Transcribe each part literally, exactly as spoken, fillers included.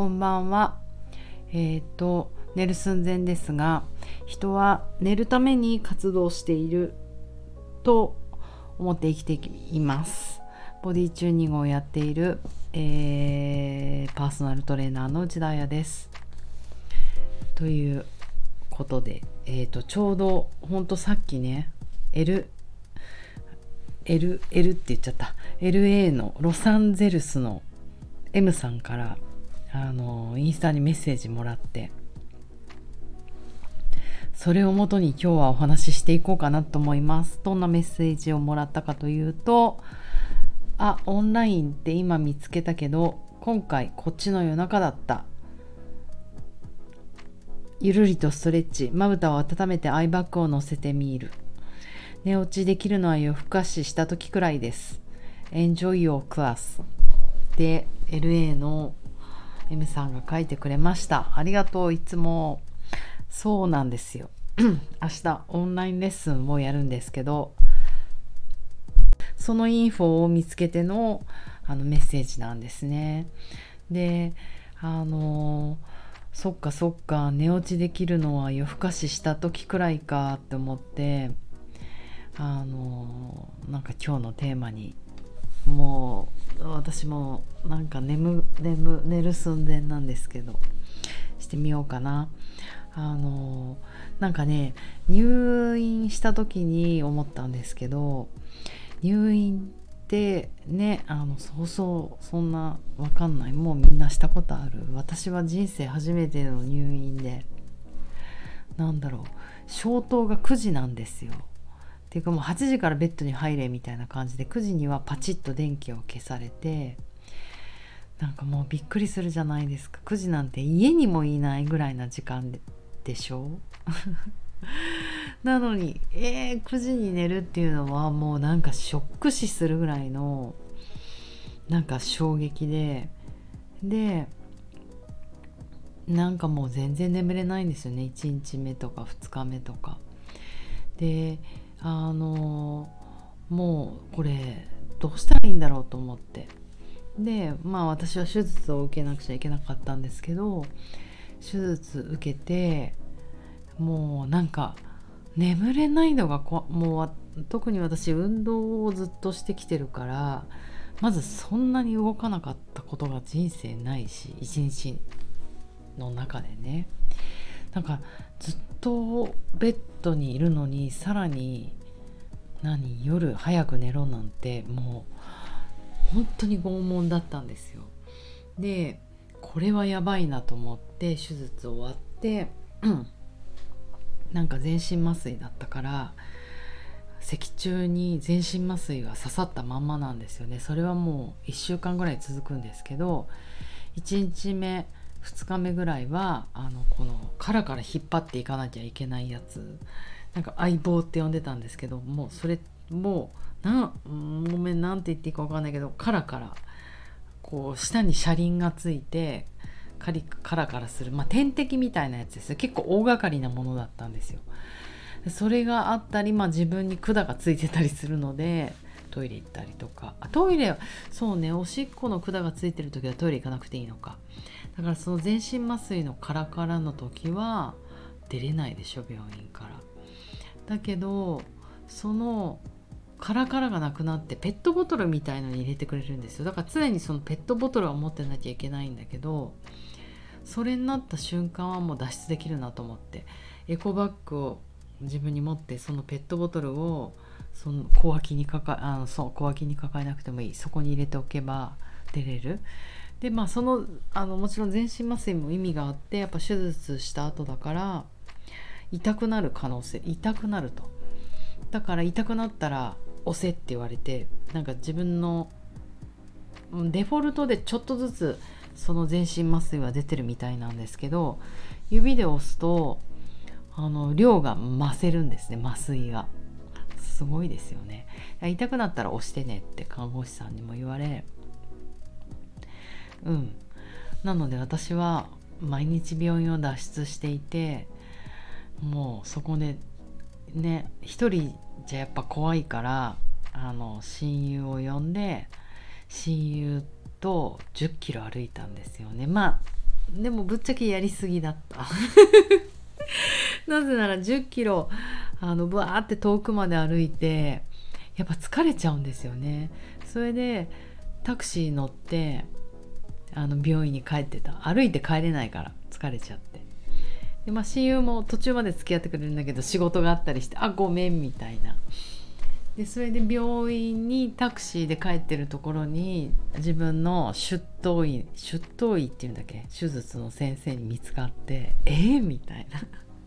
んばんは。えっと寝る寸前ですが、人は寝るために活動していると思って生きています。ボディチューニングをやっている、えー、パーソナルトレーナーの内田彩です。ということで、えーと、ちょうどほんとさっきね L L L って言っちゃった エルエー のロサンゼルスの M さんからあのインスタにメッセージもらって、それをもとに今日はお話ししていこうかなと思います。どんなメッセージをもらったかというと、あ、オンラインって今見つけたけど今回こっちの夜中だった。ゆるりとストレッチ、まぶたを温めてアイバッグを乗せてみる。寝落ちできるのは夜更かしした時くらいです。 Enjoy your class で エルエー の M さんが書いてくれました。ありがとう。いつもそうなんですよ明日オンラインレッスンをやるんですけど、そのインフォを見つけてのあのメッセージなんですね。で、あのそっかそっか、寝落ちできるのは夜更かしした時くらいかって思って、あのなんか今日のテーマにもう私もなんか眠眠寝る寸前なんですけどしてみようかな。あのなんかね、入院した時に思ったんですけど、入院ってね、あのそうそうそんなわかんない、もうみんなしたことある。私は人生初めての入院で、なんだろう、消灯がくじなんですよ。っていうかもうはちじからベッドに入れみたいな感じで、くじにはパチッと電気を消されて、なんかもうびっくりするじゃないですか。くじなんて家にもいないぐらいな時間 で, でしょなのに、えー、くじに寝るっていうのはもうなんかショック死するぐらいのなんか衝撃で、でなんかもう全然眠れないんですよね。いちにちめとかふつかめとかで、あのもうこれどうしたらいいんだろうと思って、でまあ私は手術を受けなくちゃいけなかったんですけど、手術受けてもうなんか眠れないのがこもう特に私運動をずっとしてきてるから、まずそんなに動かなかったことが人生ないし、一日の中でね、なんかずっとベッドにいるのにさらに何夜早く寝ろなんてもう本当に拷問だったんですよ。でこれはやばいなと思って手術終わって、うん、なんか全身麻酔だったから脊柱に全身麻酔が刺さったまんまなんですよね。それはもういっしゅうかんぐらい続くんですけど、いちにちめふつかめぐらいはあのこの殻から引っ張っていかなきゃいけないやつ、なんか相棒って呼んでたんですけど、もうそれもうなごめんなんて言っていいか分かんないけど、殻からこう下に車輪がついてカリカラカラする、まあ、点滴みたいなやつですよ。結構大掛かりなものだったんですよ。それがあったり、まあ、自分に管がついてたりするのでトイレ行ったりとか、あトイレそうね、おしっこの管がついてる時はトイレ行かなくていいのか。だからその全身麻酔のカラカラの時は出れないでしょ、病院から。だけどそのカラカラがなくなってペットボトルみたいのに入れてくれるんですよ。だから常にそのペットボトルを持ってなきゃいけないんだけど、それになった瞬間はもう脱出できるなと思って、エコバッグを自分に持って、そのペットボトルをその小脇に抱えあのそう小脇に抱えなくてもいい、そこに入れておけば出れる。でまあそのあのもちろん全身麻酔も意味があって、やっぱ手術した後だから痛くなる可能性痛くなると。だから痛くなったら押せって言われて、なんか自分のデフォルトでちょっとずつその全身麻酔は出てるみたいなんですけど、指で押すとあの量が増せるんですね。麻酔がすごいですよね。痛くなったら押してねって看護師さんにも言われ、うんなので私は毎日病院を脱出していて、もうそこでね一人じゃやっぱ怖いから、あの親友を呼んで親友とじゅっキロ歩いたんですよね。まあでもぶっちゃけやりすぎだったなぜならじゅっキロあのブワーって遠くまで歩いてやっぱ疲れちゃうんですよね。それでタクシー乗ってあの病院に帰ってた。歩いて帰れないから疲れちゃって。で、まあ、親友も途中まで付き合ってくれるんだけど仕事があったりして、あごめんみたいな。でそれで病院にタクシーで帰ってるところに自分の出頭医出頭医っていうんだっけ、手術の先生に見つかって、えー、みたいな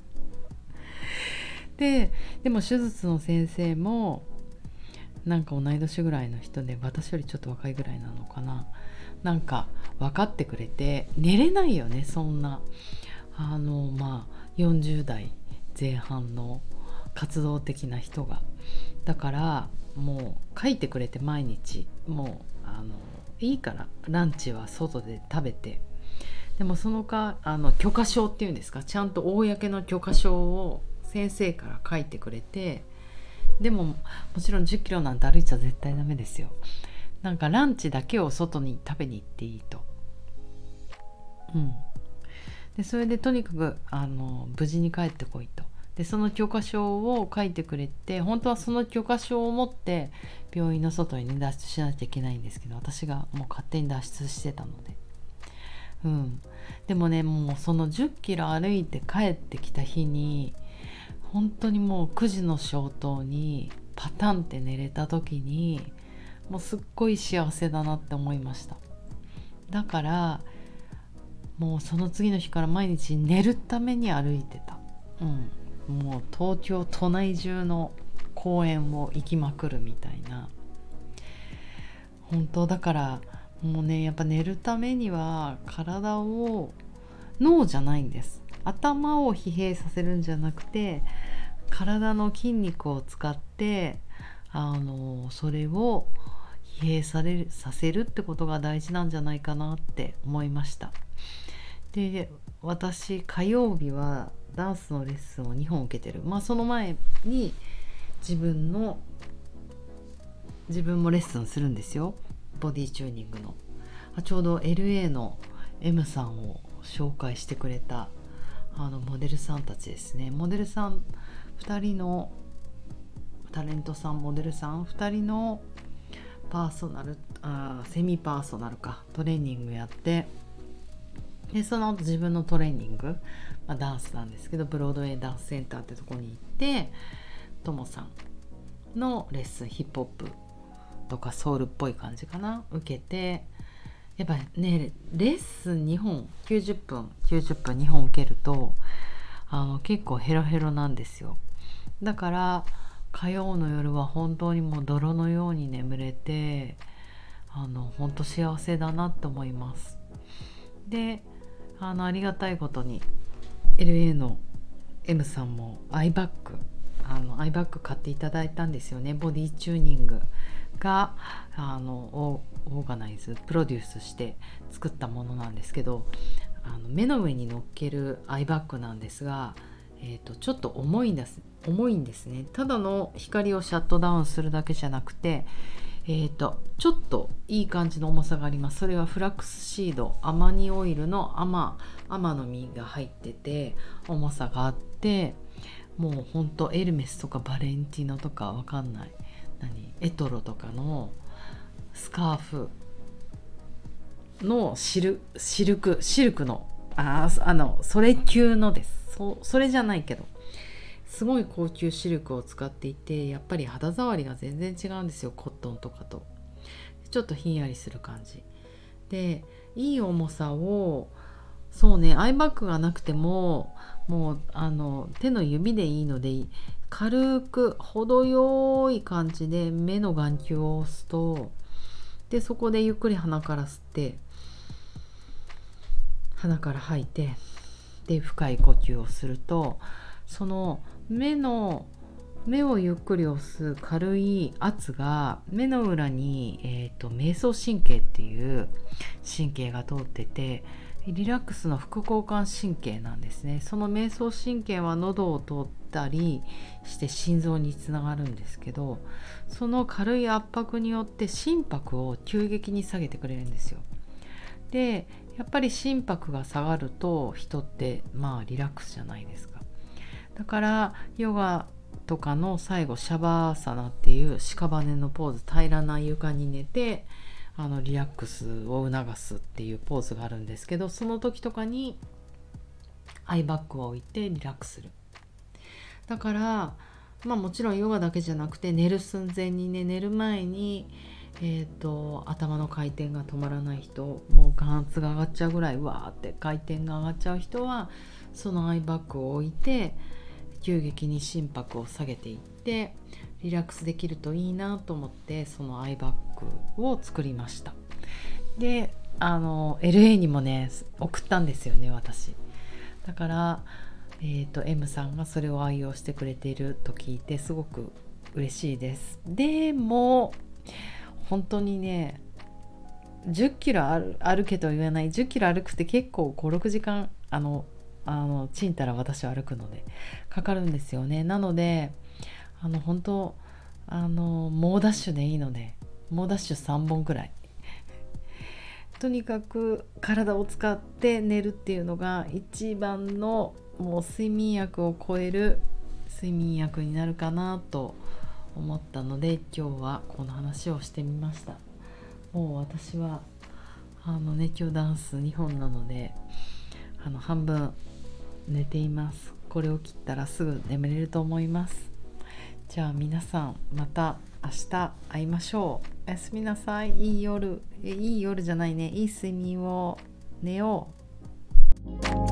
ででも手術の先生もなんか同い年ぐらいの人で、私よりちょっと若いぐらいなのかな。なんか分かってくれて、寝れないよねそんなあのまあよんじゅう代前半の活動的な人が。だからもう書いてくれて、毎日もうあのいいからランチは外で食べて、でもそのかあの許可証っていうんですか、ちゃんと公の許可証を先生から書いてくれて、でももちろんじゅっキロなんて歩いちゃ絶対ダメですよ。なんかランチだけを外に食べに行っていいと。うんでそれでとにかくあの無事に帰ってこいと。でその許可証を書いてくれて、本当はその許可証を持って病院の外に、ね、脱出しなきゃいけないんですけど、私がもう勝手に脱出してたので、うん、でもね、もうそのじゅっキロ歩いて帰ってきた日に本当にもうくじの消灯にパタンって寝れた時に、もうすっごい幸せだなって思いました。だからもうその次の日から毎日寝るために歩いてた、うん、もう東京都内中の公園を行きまくるみたいな。本当だからもうね、やっぱ寝るためには体を、脳じゃないんです、頭を疲弊させるんじゃなくて、体の筋肉を使ってあのそれを疲弊されるさせるってことが大事なんじゃないかなって思いました。で私火曜日はダンスのレッスンをにほん受けてる。まあその前に自分の自分もレッスンするんですよ、ボディチューニングの。あちょうど エルエー の エム さんを紹介してくれたあのモデルさんたちですね。モデルさんふたりのタレントさん、モデルさんふたりのパーソナルあセミパーソナルかトレーニングやって、でその後自分のトレーニング、まあ、ダンスなんですけどブロードウェイダンスセンターってとこに行って、ともさんのレッスン、ヒップホップとかソウルっぽい感じかな、受けて、やっぱねレッスンにほんきゅうじゅっぷんきゅうじゅっぷんにほん受けるとあの結構ヘロヘロなんですよ。だから火曜の夜は本当にもう泥のように眠れて、あの本当幸せだなって思います。であのありがたいことに エルエー の エム さんもアイバッグあのアイバッグ買っていただいたんですよね。ボディチューニングがあのオーガナイズプロデュースして作ったものなんですけど、あの目の上に乗っけるアイバッグなんですが、えーと、ちょっと重いんです、重いんですね。ただの光をシャットダウンするだけじゃなくて、えーと、ちょっといい感じの重さがあります。それはフラックスシード、アマニオイルのアマ、アマの実が入ってて重さがあって、もうほんとエルメスとかバレンティノとかわかんない、何エトロとかのスカーフのシル、シルクシルクのああのそれ級のです。そ, それじゃないけどすごい高級シルクを使っていて、やっぱり肌触りが全然違うんですよ、コットンとかと。ちょっとひんやりする感じで、いい重さを、そうね、アイバッグがなくてももうあの手の指でいいので、軽く程よい感じで目の眼球を押すと、でそこでゆっくり鼻から吸って、鼻から吐いて、で深い呼吸をすると、その目の目をゆっくり押す軽い圧が目の裏に、えーと、迷走神経っていう神経が通ってて、リラックスの副交感神経なんですね。その迷走神経は喉を通ったりして心臓につながるんですけど、その軽い圧迫によって心拍を急激に下げてくれるんですよ。でやっぱり心拍が下がると人ってまあリラックスじゃないですか。だからヨガとかの最後シャバーサナっていう屍のポーズ、平らな床に寝てあのリラックスを促すっていうポーズがあるんですけど、その時とかにアイバッグを置いてリラックスする。だからまあもちろんヨガだけじゃなくて、寝る寸前にね、寝る前にえーと頭の回転が止まらない人、もう眼圧が上がっちゃうぐらいわーって回転が上がっちゃう人はそのアイバッグを置いて急激に心拍を下げていってリラックスできるといいなと思って、そのアイバッグを作りました。であの エルエー にもね送ったんですよね、私。だから、えーと、M さんがそれを愛用してくれていると聞いてすごく嬉しいです。でも本当にね、じゅっキロ歩歩けとは言わない、じゅっキロ歩くって結構ご、ろくじかんあのあのちんたら私は歩くのでかかるんですよね。なのであの本当あの猛ダッシュでいいので、猛ダッシュさんぼんくらいとにかく体を使って寝るっていうのが一番のもう睡眠薬を超える睡眠薬になるかなと思ったので、今日はこの話をしてみました。もう私はあの熱狂ダンスにほんなのであの半分寝ています。これを切ったらすぐ眠れると思います。じゃあ皆さんまた明日会いましょう。おやすみなさい。いい夜、えいい夜じゃないね、いい睡眠を。寝よう。